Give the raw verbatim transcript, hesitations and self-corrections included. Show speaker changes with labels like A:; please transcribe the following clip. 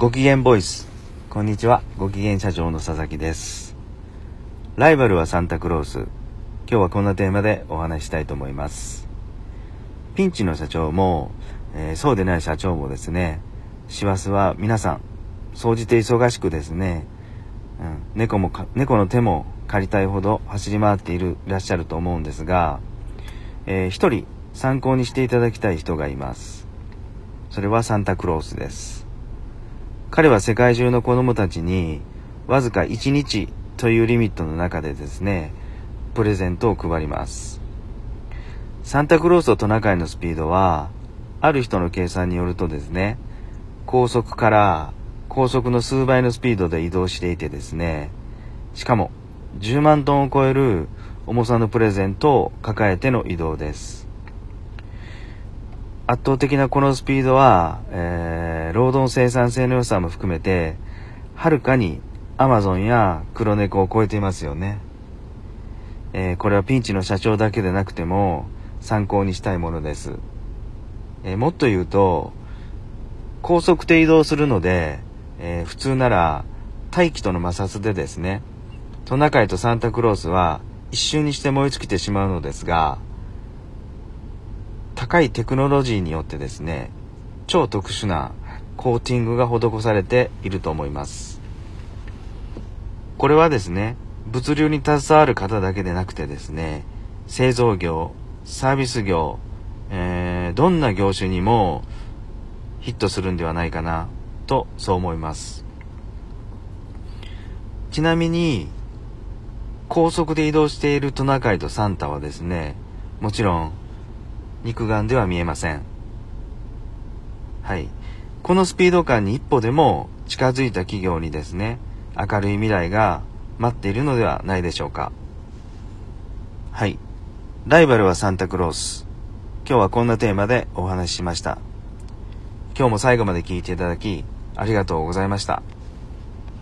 A: ご機嫌ボイス。こんにちは。ご機嫌社長の佐々木です。ライバルはサンタクロース。今日はこんなテーマでお話ししたいと思います。ピンチの社長も、えー、そうでない社長もですね、師走は皆さん総じて忙しくですね、うん、猫もか猫の手も借りたいほど走り回っているいらっしゃると思うんですが、えー、一人参考にしていただきたい人がいます。それはサンタクロースです。彼は世界中の子供たちにわずかいちにちというリミットの中でですね、プレゼントを配ります。サンタクロースとトナカイのスピードは、ある人の計算によるとですね、高速から高速の数倍のスピードで移動していてですね、しかもじゅうまんトンを超える重さのプレゼントを抱えての移動です。圧倒的なこのスピードは、えー、労働生産性の良さも含めてはるかにアマゾンや黒猫を超えていますよね。えー、これはピンチの社長だけでなくても参考にしたいものです。えー、もっと言うと高速で移動するので、えー、普通なら大気との摩擦でですね、トナカイとサンタクロースは一瞬にして燃え尽きてしまうのですが、高いテクノロジーによってですね、超特殊なコーティングが施されていると思います。これはですね、物流に携わる方だけでなくてですね、製造業、サービス業、えー、どんな業種にもヒットするんではないかなとそう思います。ちなみに高速で移動しているトナカイとサンタはですね、もちろん肉眼では見えません。はい。このスピード感に一歩でも近づいた企業にですね、明るい未来が待っているのではないでしょうか。はい。ライバルはサンタクロース。今日はこんなテーマでお話ししました。今日も最後まで聞いていただきありがとうございました。